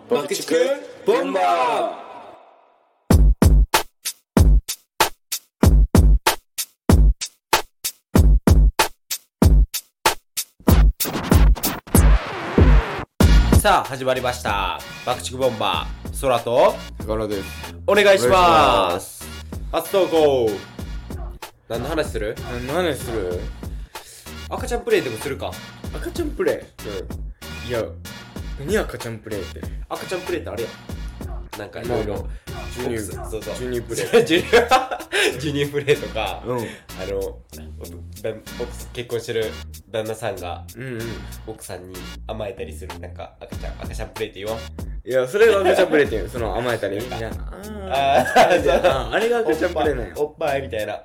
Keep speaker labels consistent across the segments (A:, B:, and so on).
A: 爆竹ボンバー。さあ始まりました爆竹ボンバー、空と
B: 宝です。
A: お願いします。初投稿何の話する？
B: 何の話する？
A: 赤ちゃんプレイでもするか。
B: 赤ちゃんプレイ。いや、何赤ちゃんプレイって。
A: 赤ちゃんプレイってあれやなんかいろいろ
B: ジュニープレイ
A: ジュニープレイとか、結婚してる旦那さんが、奥さんに甘えたりするなんか赤ちゃんプレイって言わん？
B: いや、それが赤ちゃんプレイって言う。その甘えたりみたいな。あれが赤ちゃんプレイなんや。
A: おっぱいみたいな。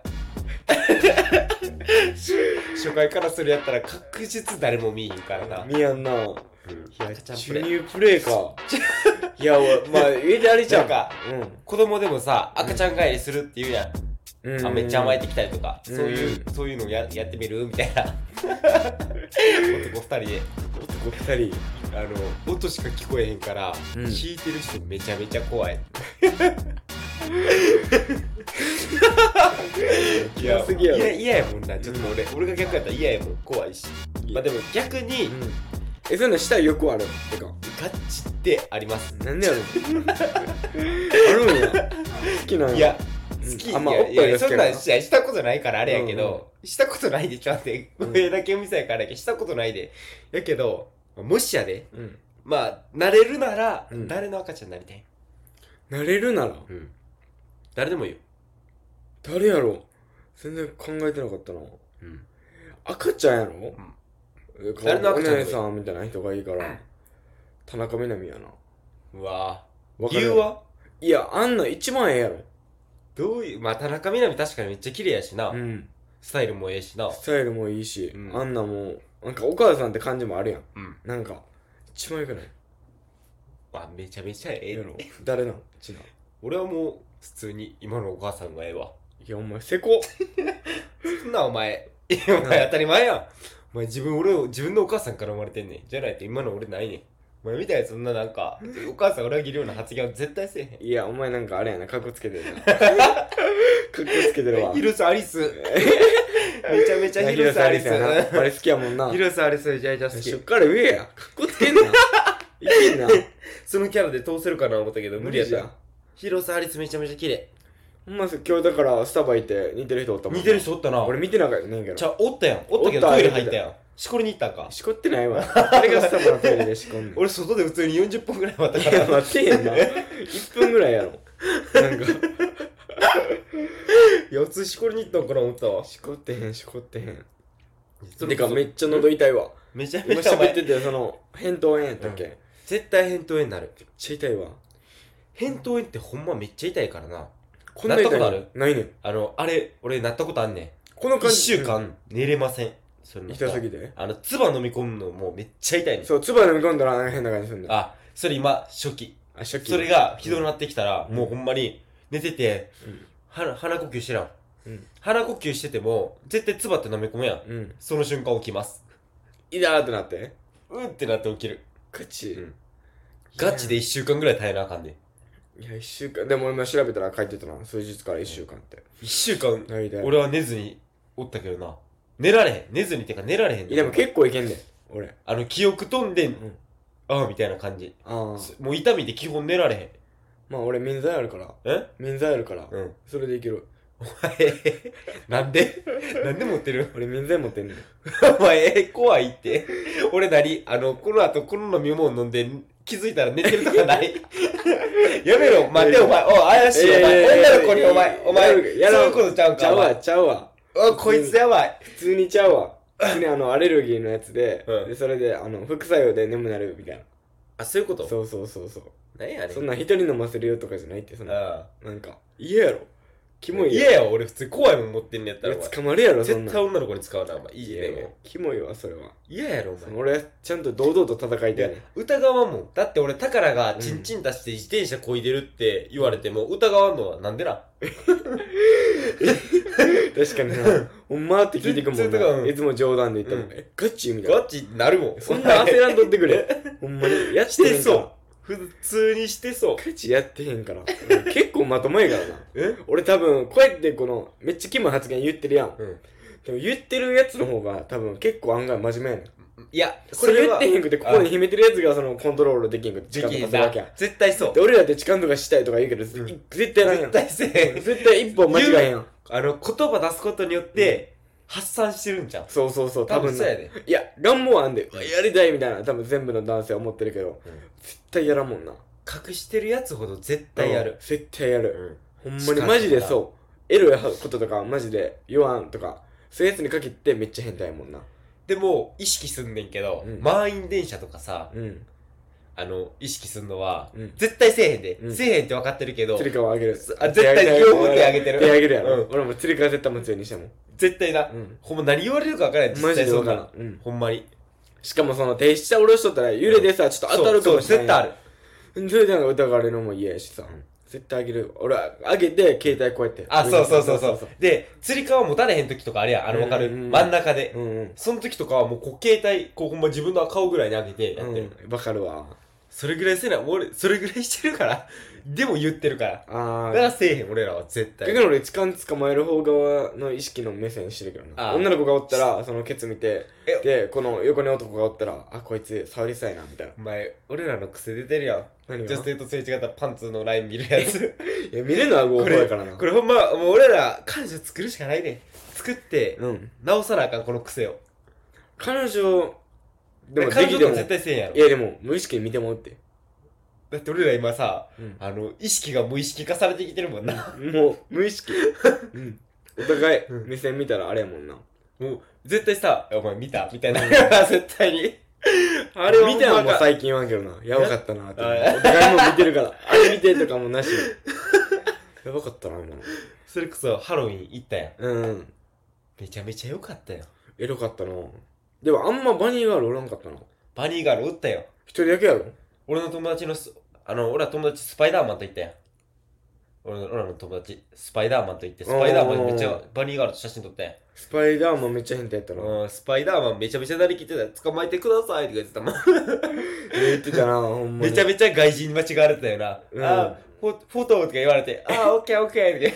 A: 初回からするやったら確実誰も見えへんからな。
B: 見やんな。い
A: や、
B: ジュニープレイか。いや、まあ、家であれちゃうか。
A: 子供でもさ、赤ちゃん帰りするって言うやん。めっちゃ甘えてきたりとか、そういうのやってみるみたいな。男二人で。
B: 男二人。
A: 音しか聞こえへんから、弾いてる人めちゃめちゃ怖い。
B: 嫌すぎやろ。
A: 嫌やもんな。ちょっと俺が逆やったら嫌やもん。怖いし。まあでも逆に、
B: そういうのしたらよくあるってか。
A: ガチってあります。
B: なんでやろあるんや。好きなんや。
A: いや、好き。
B: あんまおっぱいが好き
A: そんなんしたことないからあれやけど、したことないでちゃうて、上だけお店やからやけど、したことないで。やけど、もしやで、まあ、なれるなら、誰の赤ちゃんになりたい？
B: なれるなら
A: 誰でもいいよ。
B: 誰やろ？全然考えてなかったな。赤ちゃんやろ？
A: 誰の赤ちゃん？
B: お姉さんみたいな人がいいから、田中みな実やな。
A: うわぁ。理由は？
B: いや、あんな一番ええやろ。
A: どういう、まあ田中みな実確かにめっちゃ綺麗やしな。スタイルもええしな。
B: スタイルもいいし、あんなもう、なんかお母さんって感じもあるやん。なんか、一番よくない？
A: めちゃめちゃええやろ。
B: 誰なんちな。
A: 俺はもう、普通に今のお母さんがええわ。
B: いや、お前、せこ。
A: そんなお前当たり前やん。お前自分のお母さんから生まれてんねん。じゃないと今の俺ないねん。お前みたいなそんななんか、お母さん裏切るような発言は絶対せえへん。
B: いや、お前なんかあれやな、カッコつけてるな。カッコつけてるわ。
A: 広瀬アリス。めちゃめちゃ広瀬アリス。
B: あれ好きやもんな。
A: 広瀬アリスじゃ好き。
B: そっから上や。カッコつけんな。いけんな。
A: そのキャラで通せるかな思ったけど無理やった。広瀬アリスめちゃめちゃ綺麗。
B: ほんま今日だからスタバ行って似てる人おったもん。
A: 似てる人おったな。
B: 俺見てなかったねんけど。
A: じゃあおったやん。おったけどトイレ入ったやん。しこりに行ったんか。
B: しこってないわ。あれがスタバのトイレでしこんねん。
A: 俺外で普通に40分ぐらい待ったから。
B: いや待ってへんな。1分ぐらいやろ。なんか
A: いや普通しこりに行ったんかな思ったわ。
B: しこってへん。てかめっちゃ喉痛いわ。
A: めちゃめちゃ
B: 今喋っててその扁桃炎やったっけ？
A: 絶対扁桃炎になる。
B: めっちゃ痛いわ。
A: 扁桃炎ってほんまめっちゃ痛いからな。
B: こんな痛い
A: なったことある？
B: ないねん。
A: あれ俺なったことあんねん。
B: この感じ
A: 1週間寝れません。
B: 痛すぎて？
A: 唾飲み込むのもうめっちゃ痛いねん。
B: そう、唾飲み込んだら変な感じするんだよ。
A: それ今初期。
B: 初期。
A: それがひどくなってきたら、もうほんまに寝てて、鼻呼吸してらん。鼻呼吸してても絶対唾って飲み込むやん。その瞬間起きます。
B: いだーってなって？
A: ってなって起きる。
B: ガチ？
A: ガチで1週間ぐらい耐えなあかんね
B: ん。いや、1週間。でも今調べたら書いてたな。数日から1週間って。
A: 1週間俺は寝ずにおったけどな。寝られへん。寝ずにってか寝られへん。
B: でも結構いけんねん。俺。
A: 記憶飛んでん。みたいな感じ。もう痛みで基本寝られへん。
B: まあ俺免罪あるから。免罪あるから。それでいける。
A: お前、なんで持ってる？
B: 俺免罪持ってんねん。
A: お前、怖いって。俺この後この飲み物飲んで気づいたら寝てるとかないやめろ、待ってお前。怪しいお前。女の子にお前、そういうことちゃうんか。
B: ちゃうわ。
A: こいつやばい。
B: 普通にちゃうわ。普通にアレルギーのやつで、それで副作用で眠なるみたいな。
A: そういうこと？
B: そう。
A: 何やねん。
B: そんな人に飲ませるよとかじゃないって、そんな。なんか、嫌やろ。キモい
A: や。嫌やわ、俺普通に怖いもん持ってんねやったら。
B: 捕まるやろ、
A: そんな。絶対女の子に使うな、お前。いいね。
B: キモいわ、それは。
A: 嫌やろ、お前。
B: 俺、ちゃんと堂々と戦いたいね。
A: 疑わんもん。だって俺、宝がチンチン出して自転車漕いでるって言われても、疑わんのはなんでな。
B: 確かにな。ほんまって聞いてくもんな。いつも冗談で言っても、ガチみたいな。
A: ガチなるもん。
B: そんな焦らんとってくれ。ほんまに。やってんか。
A: 普通にしてそう。
B: ガチやってへんから。結構まともやからな。
A: え
B: 俺多分、こうやってこの、めっちゃキモい発言言ってるやん。
A: うん。
B: でも言ってるやつの方が多分結構案外真面目やねん。
A: いや、
B: これ言ってへんくて、ここに秘めてるやつがそのコントロールできんくて、
A: 時期
B: 痴漢とかするわけやん。
A: 絶対そう。
B: で、俺らって痴漢とかしたいとか言うけど、絶対ないやん。
A: 絶対せえへん。
B: 絶対一歩間違えへんやん。
A: 言葉出すことによって、発散してるんじゃん。
B: そうそうそう、
A: 多分そうやで。
B: いや、願望あんで、やりたいみたいな、多分全部の男性は思ってるけど、絶対やらんもんな。
A: 隠してるやつほど絶対やる。
B: 絶対やる。ほんまに
A: 痴漢
B: マジでそう。エロいこととかマジで言わんとか、そういうやつに限ってめっちゃ変態やもんな。
A: でも、意識すんねんけど、満員電車とかさ、意識すんのは、絶対せえへんで。せえへんって分かってるけど、
B: 釣り革あげる。
A: 絶対両方手あげてる。
B: 手あげるやろ。俺も釣り革絶対持つようにしても。
A: 絶対な。ほんま何言われるか分からん。
B: マジで分からん。
A: ほんまに。
B: しかもその手下下ろしとったら揺れでさ、ちょっと当たるかもしれない。
A: 絶対ある。
B: それでなんか疑われるのも嫌やしさ。絶対あげる。俺、あげて、携帯こうやって。
A: あ、そう。で、釣り革持たれへん時とかあれやん。わかる真ん中で。その時とかはもう携帯、ほんま自分の顔ぐらいに上げてやってる。
B: わかるわ。
A: それぐらいせな、俺、それぐらいしてるから。でも言ってるから。だからせえへん、俺らは絶対。
B: 逆に俺、痴漢捕まえる方側の意識の目線してるけどな。女の子がおったら、そのケツ見て、で、この横に男がおったら、あ、こいつ触りそうやな、みたいな。
A: お前、俺らの癖出てるやん。
B: 何が
A: 女性とすれ違ったパンツのライン見るやつ。
B: いや、見れるのは合法やからな。
A: これほんま、もう俺ら、彼女作るしかないね。作って、直さなあかん、この癖を。
B: 彼女、
A: でも、彼女と絶対せえんやろ。
B: いや、でも、無意識に見てもらって。
A: だって俺ら今さ、意識が無意識化されてきてるもんな。
B: もう、無意識。お互い、目線見たらあれやもんな。
A: もう、絶対さ、お前見たみたいな。絶対に。
B: あれ見たらもう最近言わんけどな。やばかったなって。お互いも見てるから。あれ見てとかもなし。やばかったな、今の。
A: それこそハロウィン行ったや
B: ん。
A: めちゃめちゃ良かったよ。
B: エロかったな。でもあんまバニーガールおらんかったな。
A: バニーガールおったよ。
B: 一人だけやろ。
A: 俺の友達の俺は友達スパイダーマンと行ったやん。俺らの友達スパイダーマンと行って、スパイダーマンめっちゃバニーガールと写真撮ったやん。
B: スパイダーマンめっちゃ変態やったな。
A: スパイダーマンめちゃめちゃなりきってた。捕まえてくださいって言ってたもん。
B: 言ってたな、ほんまに。
A: めちゃめちゃ外人に間違われてたよな。フォトとか言われて、オッケーオッケーって。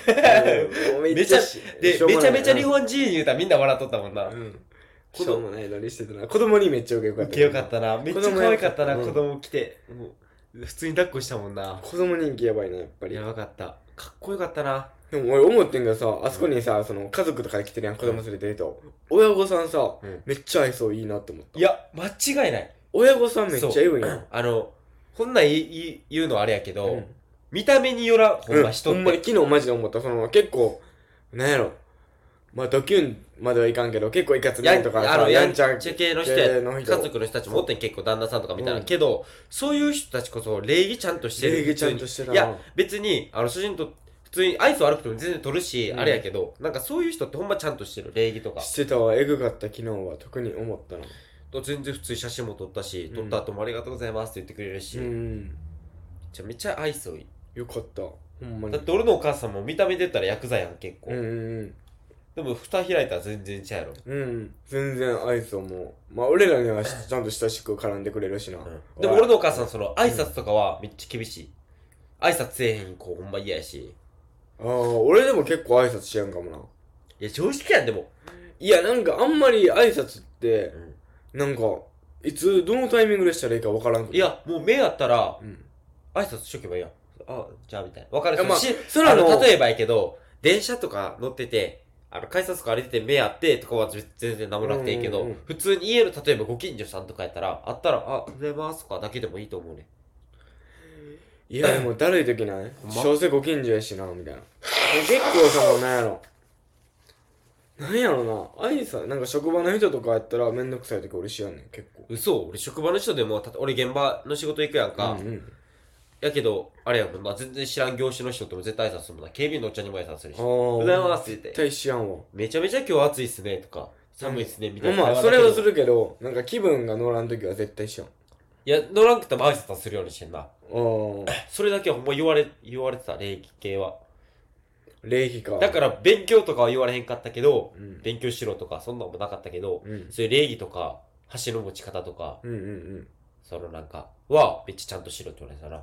A: めちゃめちゃ日本人言うたらみんな笑っとったもんな。
B: しょうもないのにしてたな。子供にめっちゃ受けよかった。
A: 受けよかったな。めっちゃ可愛かったな、子供来て。普通に抱っこしたもんな。
B: 子供人気やばいな、やっぱり。
A: やばかった。かっこよかったな。
B: でも俺思ってんけどさ、あそこにさ、その家族とかで来てるやん、子供連れてると。親御さんさ、めっちゃ愛想いいなって思った。
A: いや、間違いない。
B: 親御さんめっちゃ言うんや。
A: こんなん言うのあれやけど、見た目によらん、ほんま人って。
B: ほんまに昨日マジで思った。その結構、なんやろ。まあドキュンまではいかんけど、結構いかつないとかさ、
A: やんちゃ系の人や、家族の人たちもおってん結構旦那さんとかみたいな。けど、そういう人たちこそ礼儀ちゃんとしてる。
B: 礼儀ちゃんとしてたな。
A: いや、別に、主人と、普通に愛想悪くても全然撮るし、あれやけど、なんかそういう人ってほんまちゃんとしてる、礼儀とか。
B: してたわ、エグかった昨日は特に思ったな。
A: 全然普通に写真も撮ったし、撮った後もありがとうございますって言ってくれるし、めちゃ愛想いい。
B: よかった、ほんまに。
A: だって俺のお母さんも見た目で言ったらヤクザやん、結構。でも蓋開いたら全然ちゃうやろ。
B: 全然愛想も。まあ俺らにはちゃんと親しく絡んでくれるしな。
A: でも俺のお母さん、その挨拶とかはめっちゃ厳しい。挨拶せえへん子ほんま嫌やし。
B: 俺でも結構挨拶しやんかもな。
A: いや、常識やん、でも。
B: いや、なんかあんまり挨拶って、なんか、いつ、どのタイミングでしたらいいかわからんくて。
A: いや、もう目あったら、挨拶しとけばいいやん。じゃあみたいな。わかるし、例えばやけど、電車とか乗ってて、改札とか歩いてて目あってとかは全然何もなくていいけど、普通に家の例えばご近所さんとかやったら、あったら、おはようございますとかだけでもいいと思うね。
B: いや、でもだるい時ない、小生ご近所やしな、みたいな。結構その、なんやろな、挨拶、なんか職場の人とかやったらめんどくさい時俺しやんねん、結構。
A: 嘘、俺職場の人でも、俺現場の仕事行くやんか。やけど、あれやもんな、全然知らん業種の人とも絶対挨拶するもんな。警備員のおっちゃんにも挨拶するし。おはようございますって言って。
B: 絶対知らんわ。
A: めちゃめちゃ今日暑いっすねとか、寒いっすねみたいな。
B: まあ、それはするけど、なんか気分が乗らん時は絶対知らん。
A: いや、乗らんくても挨拶はするようにしてんな。それだけはほんま言われてた、礼儀系は。
B: 礼儀か。
A: だから勉強とかは言われへんかったけど、勉強しろとかそんなんもなかったけど、そういう礼儀とか、箸の持ち方とか、 そのなんかはめっちゃちゃんとしろって言われたな。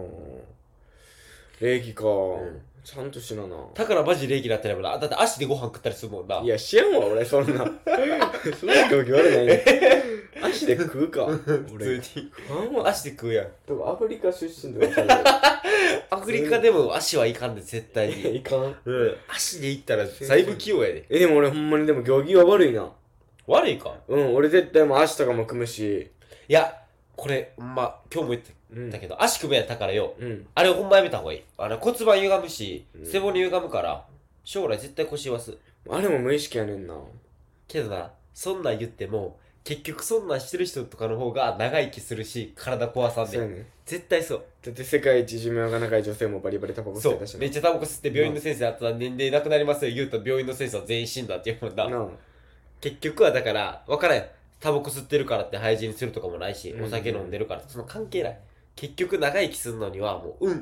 B: 礼儀か、
A: ん
B: ちゃんとしなな。
A: だからマジ礼儀だったらだって足でご飯食ったりするもんな。
B: いや、知らんわ、俺、そんな。そんな空気悪ないね。足で食うか。俺。
A: 普通に足で食うやん。
B: 多分アフリカ出身とかちゃうか
A: アフリカでも足はいかんで絶対
B: ら。
A: に。
B: いかん。
A: 足で行ったらだいぶ器用やで。
B: でも俺ほんまにでも行儀は悪いな。
A: 悪いか。
B: 俺絶対もう足とかも組むし。
A: いやこれ今日も言ってたけど、足首やったからよ。あれほんまやめた方がいい。骨盤歪むし、背骨歪むから将来絶対腰言わす。
B: あれも無意識やねんな。
A: けどな、そんなん言っても結局そんなんしてる人とかの方が長生きするし体壊さんで、
B: そうやねん。
A: 絶対そう。
B: だって世界一寿命が長い女性もバリバリタバコ吸ってたしな。
A: めっちゃタバコ吸って病院の先生あったら年齢なくなりますよ言うと病院の先生は全員死んだって言うもんな。
B: なあ。
A: 結局はだから分からん。タバコ吸ってるからって廃人するとかもないし、お酒飲んでるからその関係ない。結局長生きするのにはもう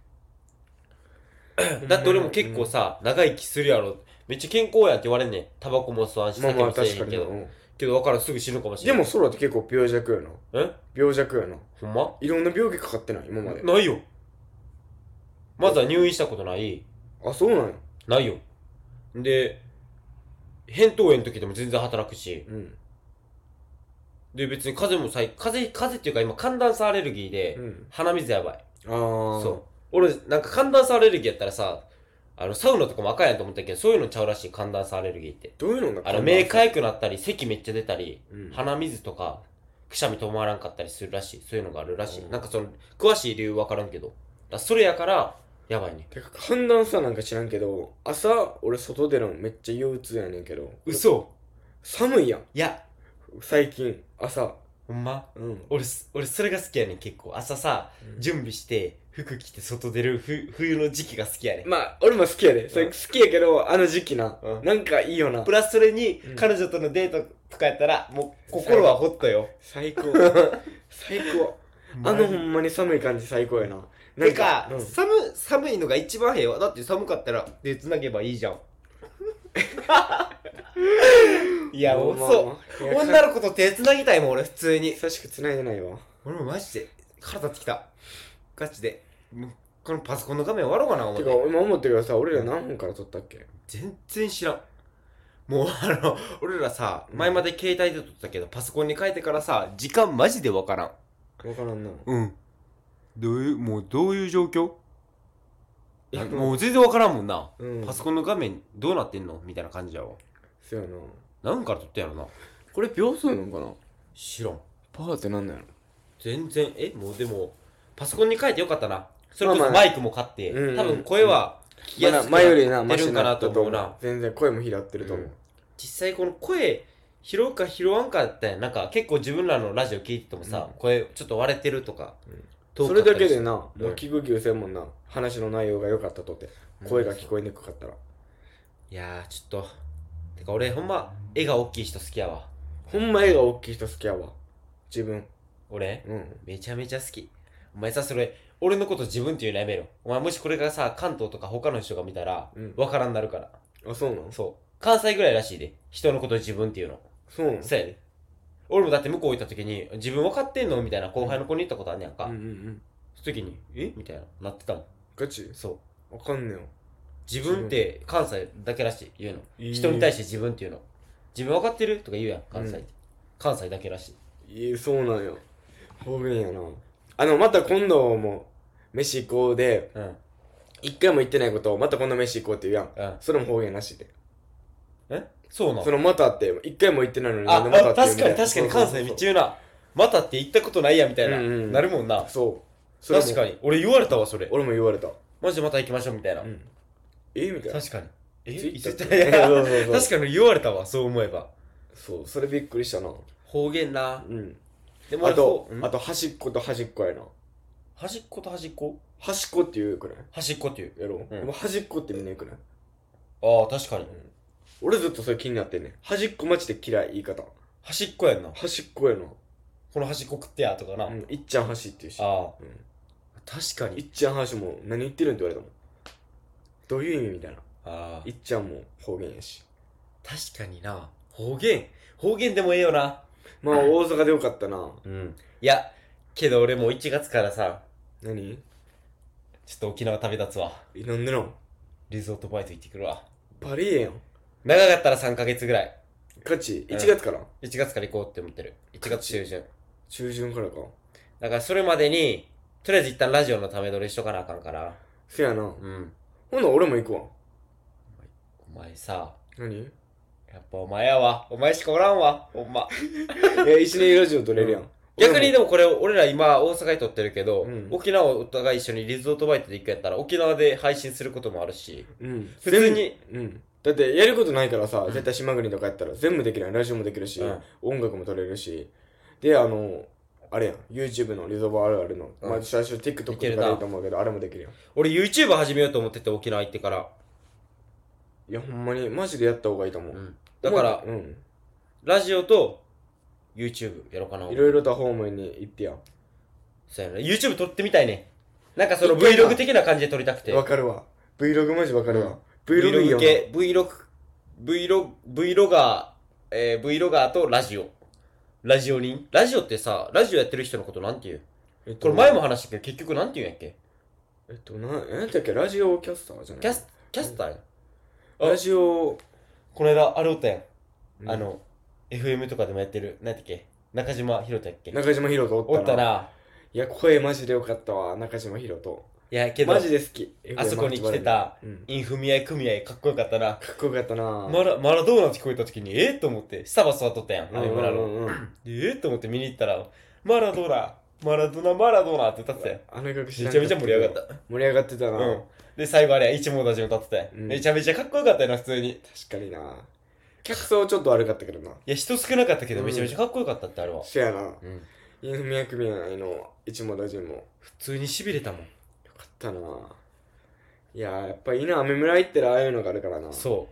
A: だって俺も結構さ、長生きするやろめっちゃ健康やって言われんねん。タバコも吸わんし酒も吸えへんけど、けど分からんすぐ死ぬかもしれん。
B: でもソロって結構病弱やな。病弱やな。
A: ほんま
B: いろんな病気かかってない今まで。
A: ないよ。まずは入院したことない。
B: あ、そうなんや。
A: ないよ。で扁桃炎の時でも全然働くし、で別に風邪も風邪っていうか今寒暖差アレルギーで、鼻水やばい。そう俺なんか寒暖差アレルギーやったらさ、サウナとかも赤やんと思ったけどそういうのちゃうらしい。寒暖差アレルギーって。
B: どういうのが
A: 目かゆくなったり咳めっちゃ出たり、鼻水とかくしゃみ止まらんかったりするらしい。そういうのがあるらしい。なんかその詳しい理由分からんけど、それやからやばいね。
B: てか寒暖差なんか知らんけど、朝俺外出るのめっちゃ憂鬱やねんけど。
A: 嘘。
B: 寒いやん。
A: いや
B: 最近朝。
A: ほんま、俺それが好きやねん。結構朝さ、準備して服着て外出る冬の時期が好きやねん。
B: まあ俺も好きやで、それ好きやけどあの時期な、なんかいいよな。
A: プラスそれに、彼女とのデートとかやったらもう心はホッとよ。
B: 最高最高。ほんまに寒い感じ最高やな。
A: てか、寒いのが一番平和だって。寒かったら手つなげばいいじゃん。いやもうそう女の子と手つなぎたいもん俺普通に。
B: 久しくつないでないわ。
A: 俺もマジで腹立ってきたガチで。このパソコンの画面終わろうかな思って。
B: てか今思ってるけどさ、俺ら何分から撮ったっけ。
A: 全然知らん。もう俺らさ、前まで携帯で撮ったけどパソコンに変えてからさ時間マジでわからん。
B: わからんな。
A: どういう状況。もう全然わからんもんな、パソコンの画面どうなってんのみたいな感じやわ。
B: そうやな。
A: 何から撮ってんやろな。
B: これ秒数なのかな。
A: 知らん。
B: パーってなんだよ。
A: 全然もうでもパソコンに変えてよかったな。それこそマイクも買って、多分声は聞きやすくなってるんかなと思うな。
B: 全然声も拾ってると思う。
A: 実際この声拾うか拾わんかって、なんか結構自分らのラジオ聞いててもさ、声ちょっと割れてるとか、
B: それだけでな、もう聞く気せんもんな。話の内容が良かったとて声が聞こえにくかったら。
A: いやちょっとてか俺ほんま絵が大きい人好きやわ。
B: ほんま絵が大きい人好きやわ自分。
A: 俺めちゃめちゃ好き。お前さ、それ俺のこと自分っていうのやめろ。お前もしこれがさ関東とか他の人が見たらわからんなるから。
B: あ、そうなの。
A: そう関西ぐらいらしいで、人のこと自分っていうの。
B: そうなの。
A: そうやで。俺もだって向こう行った時に自分分かってんのみたいな後輩の子に言ったことあんねやんか。その時にみたいななってたもん。
B: ガチ。
A: そう
B: 分かんねよ。
A: 自分って関西だけらしい言うの、人に対して自分っていうの。自分分かってるとか言うやん関西って、関西だけらしい。
B: そうなんよ。方言やな。また今度も飯行こうで、一回も言ってないことをまた今度飯行こうって言うやん、それも方言らしいで。
A: そうなの。
B: そのまたって一回も言ってないのに
A: またって言う。確かに関西めっちゃ言うな。またって言ったことないやみたいな、なるもんな。
B: そう
A: 確かに俺言われたわそれ。
B: 俺も言われた。
A: マジでまた行きましょうみたいな。
B: みたいな。
A: 確かに
B: 確
A: かに言われたわそう思えば。
B: そう、それびっくりしたな。
A: 方言な。
B: でもあと端っこと端っこやな。
A: 端っこと端っこ。
B: 端っこって言うくない。
A: 端っこって言う
B: やろ。でも端っこってみんな言うくない。
A: ああ確かに。
B: 俺ずっとそれ気になってんねん。端っこマジで嫌い言い方。
A: 端っこやんな。
B: 端っこやな。
A: この端っこ食ってやとかな。
B: いっちゃん端って言うし。
A: 確かに。
B: いっちゃん端も何言ってるんって言われたもん。どういう意味みたいな。いっちゃんも方言やし。
A: 確かにな。方言でもええよな。
B: まあ大阪でよかったな。
A: いやけど俺もう1月からさ、
B: 何？
A: ちょっと沖縄旅立つわ。
B: なんでなん
A: リゾートバイト行ってくるわ。
B: バリエやん。
A: 長かったら3ヶ月ぐらい。
B: ガチ ?1 月から、
A: 1月から行こうって思ってる。1月中旬。
B: 中旬からか。
A: だからそれまでに、とりあえず一旦ラジオのため撮りしとかなあかんから。
B: せやな。
A: うん。
B: ほんなら俺も行くわ。
A: お前さ、
B: 何？
A: やっぱお前やわ。お前しかおらんわ。ほんま。
B: 一緒にラジオ撮れるやん。
A: 逆にでもこれ、俺ら今大阪に撮ってるけど、
B: うん、
A: 沖縄お互い一緒にリゾートバイトで行くやったら、沖縄で配信することもあるし、
B: うん。
A: 普通に、
B: うん。だってやることないからさ、絶対島国とかやったら全部できるやん。ラジオもできるし、音楽も撮れるし。で、あれやん。YouTube のリゾバあるあるの。まあ最初 TikTok とかでいいと思うけど、あれもできるやん。
A: 俺 YouTube 始めようと思ってて、沖縄行ってから。
B: いや、ほんまに、マジでやった方がいいと思う。
A: だから、ラジオと YouTube やろうかな。
B: いろいろと方面に行ってや。
A: そうやな。YouTube 撮ってみたいね。なんかその Vlog 的な感じで撮りたくて。
B: わかるわ。Vlog マジわかるわ。Vlog いいよな。
A: Vlogger とラジオ。ラジオ人ラジオってさ、ラジオやってる人のことなんて言う？これ前も話したけど結局なんて言うんやっけ？
B: なんだっけ、ラジオキャスターじゃない？
A: キャスターやん。
B: ラジオ、
A: この間、あれおったやん。FM とかでもやってる、なんだっけ？中島ひろとやっけ？
B: 中島ひろと
A: おったな。
B: いや、声マジでよかったわ、中島ひろと。
A: いや、けど、
B: マジで好き。
A: あそこに来てた、インフミアイ組合かっこよかったな。
B: かっこよかったな。
A: マラドーナって聞こえた時に、と思って、スタバ座っとったやん、あれ村の。と思って見に行ったら、マラドーナって歌ってたよ。
B: あの曲
A: めちゃめちゃ盛り上がった。
B: 盛り上がってたな。
A: で、最後あれ、一網打尽歌ってたよ。めちゃめちゃかっこよかったよな、普通に。
B: 確かにな。客層ちょっと悪かったけどな。い
A: や、人少なかったけど、めちゃめちゃかっこよかったって、あれは。
B: そやな。インフミア組合の一網打尽も。
A: 普通に痺れたもん。よ
B: かったな。いややっぱいいな、雨村行ったらああいうのがあるからな。
A: そう。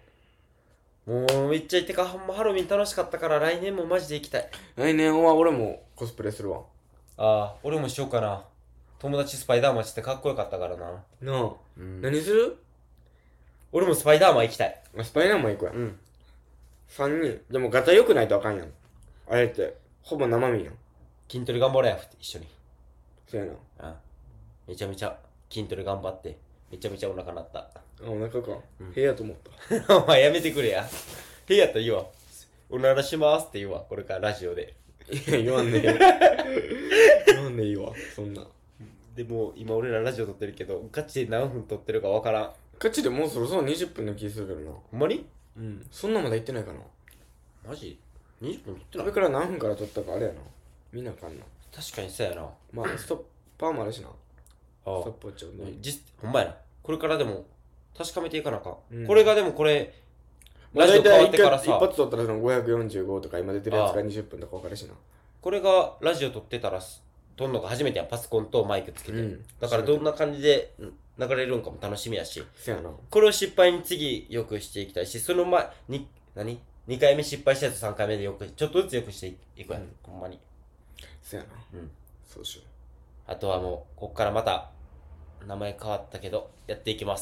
A: もうめっちゃ行ってか、ほんまハロウィン楽しかったから来年もマジで行きたい。
B: 来年は俺もコスプレするわ。
A: ああ、俺もしようかな。友達スパイダーマンしてかっこよかったからな。
B: なあ、何する？
A: 俺もスパイダーマン行きたい。
B: スパイダーマン行くやん。3人。でもガタ良くないとあかんやん。あれって、ほぼ生身やん。
A: 筋トレ頑張れや、一緒に。
B: そうやな。
A: めちゃめちゃ筋トレ頑張って、めちゃめちゃお腹なった。
B: お腹か。部屋と思った。
A: お前やめてくれや。部屋と言うわ。おならしますって言うわ。これからラジオで。
B: いや、言わんねえ。言わんねえいいわ。そんな。
A: でも、今俺らラジオ撮ってるけど、ガチで何分撮ってるかわからん。
B: ガチでもうそろそろ20分の気するけどな。
A: ほんまに？
B: そんなまだ言ってないかな。
A: マジ？ 20 分撮ってない？
B: これから何分から撮ったかあれやな。見なあかんな。
A: 確かにそうやな。
B: まあ、ストッパーもあるしな。
A: ス
B: トップウォッチをね。
A: ほんまやな。これからでも、確かめていかなあかん。これがでもこれ、
B: ラジオ変わってからさ。一発撮ったらその545とか今出てるやつが20分とか分かるしな。
A: これがラジオ撮ってたら、撮んのが初めてやん。パソコンとマイクつけて。だからどんな感じで流れるんかも楽しみやし。
B: そうやな。
A: これを失敗に次よくしていきたいし、その前に、2回目失敗したやつ3回目でよく、ちょっとずつよくしていくやん。ほんまに。
B: そうやな。そうしよ
A: う。あとはもう、こっからまた、名前変わったけど、やっていきます。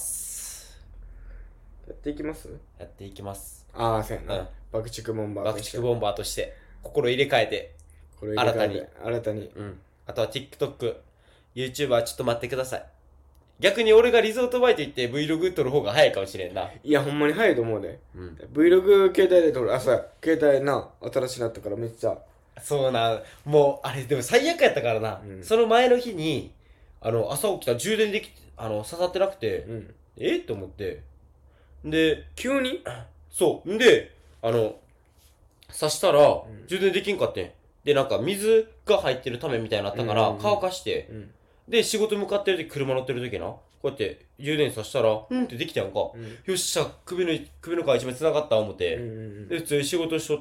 B: やっていきます？
A: やっていきます。
B: ああ、そうやな。爆竹ボンバー
A: として。爆竹ボンバーとして、心入れ替えて、新たに。あとは TikTok、YouTube はちょっと待ってください。逆に俺がリゾートバイト行って Vlog 撮る方が早いかもしれんな。
B: いや、ほんまに早いと思うで。Vlog 携帯で撮る。そうや。携帯な、新しいなったからめっちゃ。
A: そうな、もう、あれ、でも最悪やったからな。その前の日に、朝起きたら充電できて、刺さってなくて、って思って。で、
B: 急に？
A: そう。んで、刺したら、充電できんかってん。で、なんか水が入ってるためみたいになったから、乾かして、で、仕事向かってる時、車乗ってる時な、こうやって充電さしたら、ってできたやんか。よっしゃ、首の皮一枚繋がった思って、で、普通に仕事しとって、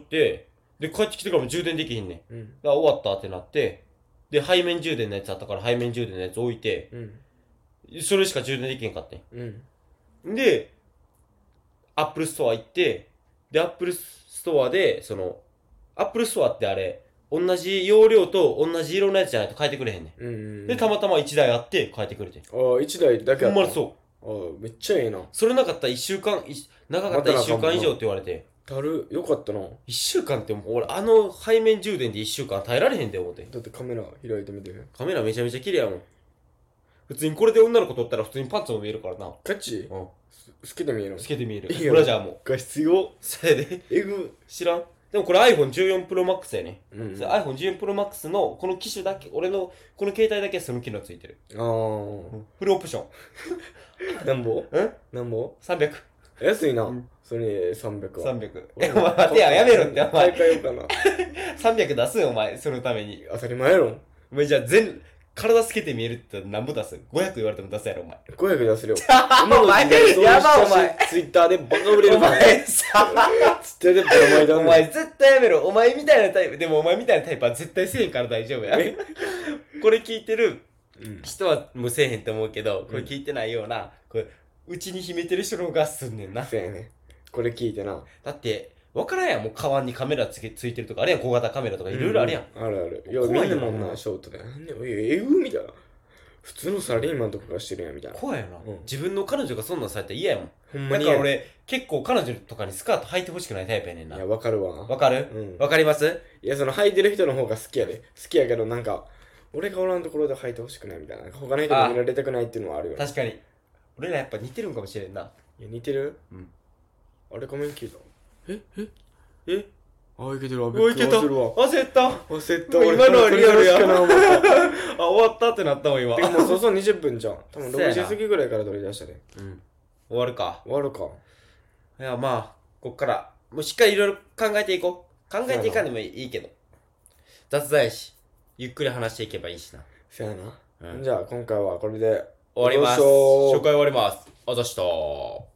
A: で、帰ってきてからも充電できひんねん。終わったってなって、で、背面充電のやつあったから、背面充電のやつ置いて、それしか充電できへんかってん。で、Apple Store 行って、で、Apple Store で、Apple Store ってあれ、同じ容量と同じ色のやつじゃないと変えてくれへんねん。で、たまたま1台あって変えてくれてん。
B: 1台だけあった。
A: ほんまにそう。
B: めっちゃええな。
A: それなかったら1週間、長かったら1週間以上って言われて。
B: よかったな。
A: 1週間ってもう俺背面充電で1週間耐えられへんで思って。
B: だってカメラ開いてみて。
A: カメラめちゃめちゃ綺麗やもん。普通にこれで女の子撮ったら普通にパンツも見えるからな。
B: ガチ？
A: うん。
B: 透けて見える。
A: 透けて見える。
B: いいよ
A: ブラジャーも。
B: 画質よ。
A: それで。
B: えぐ。
A: 知らん？でもこれ iPhone14 Pro Max やね。
B: うん。
A: iPhone14 Pro Max のこの機種だけ、俺のこの携帯だけその機能ついてる。
B: あー。
A: フルオプション。
B: なんぼ？
A: ん
B: なんぼ？
A: 300。
B: 安いな。それ300は。
A: 300。お前待てやめろって、お前。
B: 買い替えようかな。
A: 300出すよ、お前。そのために。
B: 当たり前やろ。
A: お前じゃあ体透けて見えるって言ったら何ぼ出す？ 500 言われても出すやろ、お前。
B: 500出すよ。
A: お前、やばお前。
B: ツイッターでバカ売れる
A: お
B: から。
A: 前さ、
B: ツイッターでバカ売れる。
A: お前絶対やめろ。お前みたいなタイプ、でもお前みたいなタイプは絶対せえへんから大丈夫や。これ聞いてる人はもうせえへんと思うけど、これ聞いてないような、これ、うちに秘めてる人の方がすんねんな。
B: そうやね。これ聞いてな。
A: だって、わからんやん。もうカバンにカメラついてるとか、あるやん。小型カメラとかいろいろあるやん。
B: あるある。いや、見るもんな、ショートで。なんで、みたいな。普通のサラリーマンとかがしてるやん、みたいな。
A: 怖いよな。
B: うん、
A: 自分の彼女がそんなんされたら嫌やもん。
B: ほんまに。
A: だから俺、結構彼女とかにスカート履いてほしくないタイプやねんな。
B: いや、わかるわ。
A: わかる？わかります？
B: いや、その履いてる人の方が好きやで。好きやけど、なんか、俺がおらんところで履いてほしくないみたいな。他の人に見られたくないっていうのはあるよ。
A: 確かに。俺らやっぱ似てるんかもしれんな。
B: いや、似てる？
A: うん。
B: あれ、ごめん、聞いた。
A: え
B: あ、いけてるわ。
A: いけた。焦った。
B: 焦った。
A: 今のはリアルや。
B: あ、
A: 終わったってなったもん、今。
B: てかもうそう20分じゃん。多分6時過ぎぐらいから取り出したで。
A: うん。終わるか。
B: 終わるか。
A: いや、まあ、こっから、もうしっかりいろいろ考えていこう。考えていかんでもいいけど。雑談やし、ゆっくり話していけばいいしな。
B: そやな。じゃあ、今回はこれで
A: 終わります。紹介終わります。あざした。